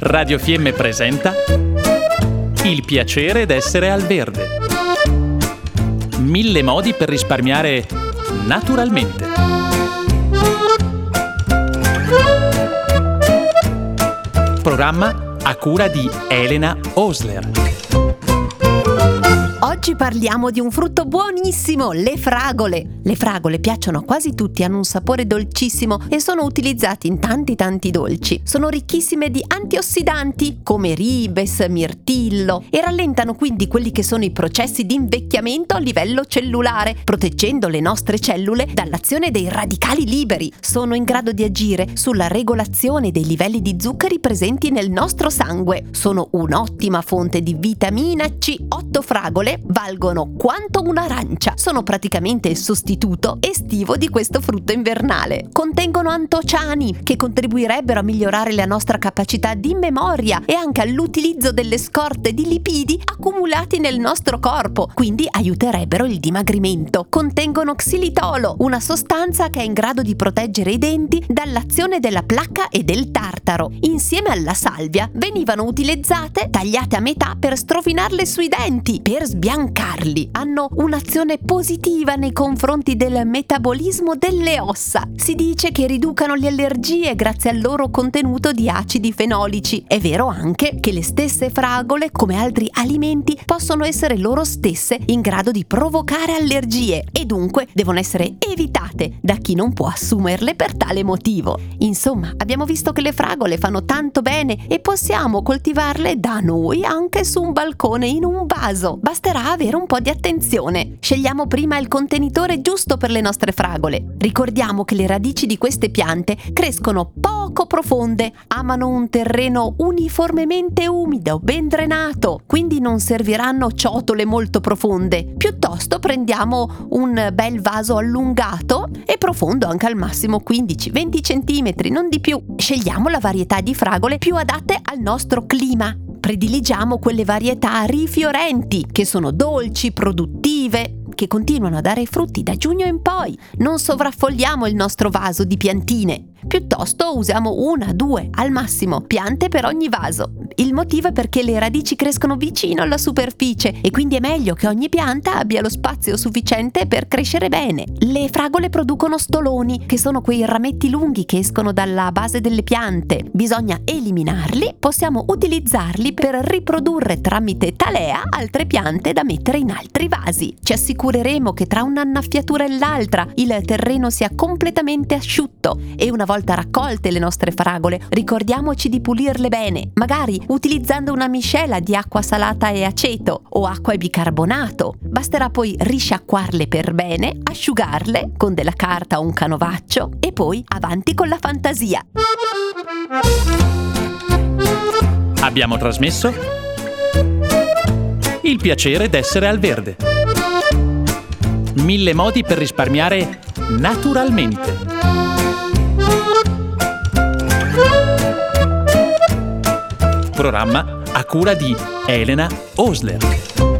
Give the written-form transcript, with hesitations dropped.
Radio Fiemme presenta Il piacere d'essere al verde. 1000 modi per risparmiare naturalmente. Programma a cura di Elena Osler. Oggi parliamo di un frutto buonissimo, le fragole. Le fragole piacciono a quasi tutti, hanno un sapore dolcissimo e sono utilizzati in tanti dolci. Sono ricchissime di antiossidanti come ribes, mirtillo e rallentano quindi quelli che sono i processi di invecchiamento a livello cellulare, proteggendo le nostre cellule dall'azione dei radicali liberi. Sono in grado di agire sulla regolazione dei livelli di zuccheri presenti nel nostro sangue. Sono un'ottima fonte di vitamina C. 8 fragole valgono quanto un'arancia. Sono praticamente il sostituto estivo di questo frutto invernale. Contengono antociani che contribuirebbero a migliorare la nostra capacità di memoria e anche all'utilizzo delle scorte di lipidi accumulati nel nostro corpo, quindi aiuterebbero il dimagrimento. Contengono xilitolo, una sostanza che è in grado di proteggere i denti dall'azione della placca e del tartaro. Insieme alla salvia venivano utilizzate tagliate a metà per strofinarle sui denti, per sbiancarli. Hanno un'azione positiva nei confronti del metabolismo delle ossa. Si dice che riducano le allergie grazie al loro contenuto di acidi fenolici. È vero anche che le stesse fragole, come altri alimenti, possono essere loro stesse in grado di provocare allergie e dunque devono essere evitate da chi non può assumerle per tale motivo. Insomma, abbiamo visto che le fragole fanno tanto bene e possiamo coltivarle da noi anche su un balcone in un vaso. Basterà avere un po' di attenzione. Scegliamo prima il contenitore giusto per le nostre fragole. Ricordiamo che le radici di queste piante crescono poco profonde, amano un terreno uniformemente umido, ben drenato, quindi non serviranno ciotole molto profonde. Piuttosto prendiamo un bel vaso allungato e profondo anche al massimo 15-20 centimetri, non di più. Scegliamo la varietà di fragole più adatte al nostro clima. Prediligiamo quelle varietà rifiorenti, che sono dolci, produttive, che continuano a dare frutti da giugno in poi. Non sovraffolliamo il nostro vaso di piantine. Piuttosto usiamo 1-2 al massimo piante per ogni vaso. Il motivo è perché le radici crescono vicino alla superficie e quindi è meglio che ogni pianta abbia lo spazio sufficiente per crescere bene. Le fragole producono stoloni, che sono quei rametti lunghi che escono dalla base delle piante. Bisogna eliminarli, possiamo utilizzarli per riprodurre tramite talea altre piante da mettere in altri vasi. Ci assicureremo che tra un'annaffiatura e l'altra il terreno sia completamente asciutto e una volta raccolte le nostre fragole ricordiamoci di pulirle bene, magari utilizzando una miscela di acqua salata e aceto o acqua e bicarbonato. Basterà poi risciacquarle per bene, asciugarle con della carta o un canovaccio e poi avanti con la fantasia. Abbiamo trasmesso Il piacere d'essere al verde. 1000 modi per risparmiare naturalmente. Programma a cura di Elena Osler.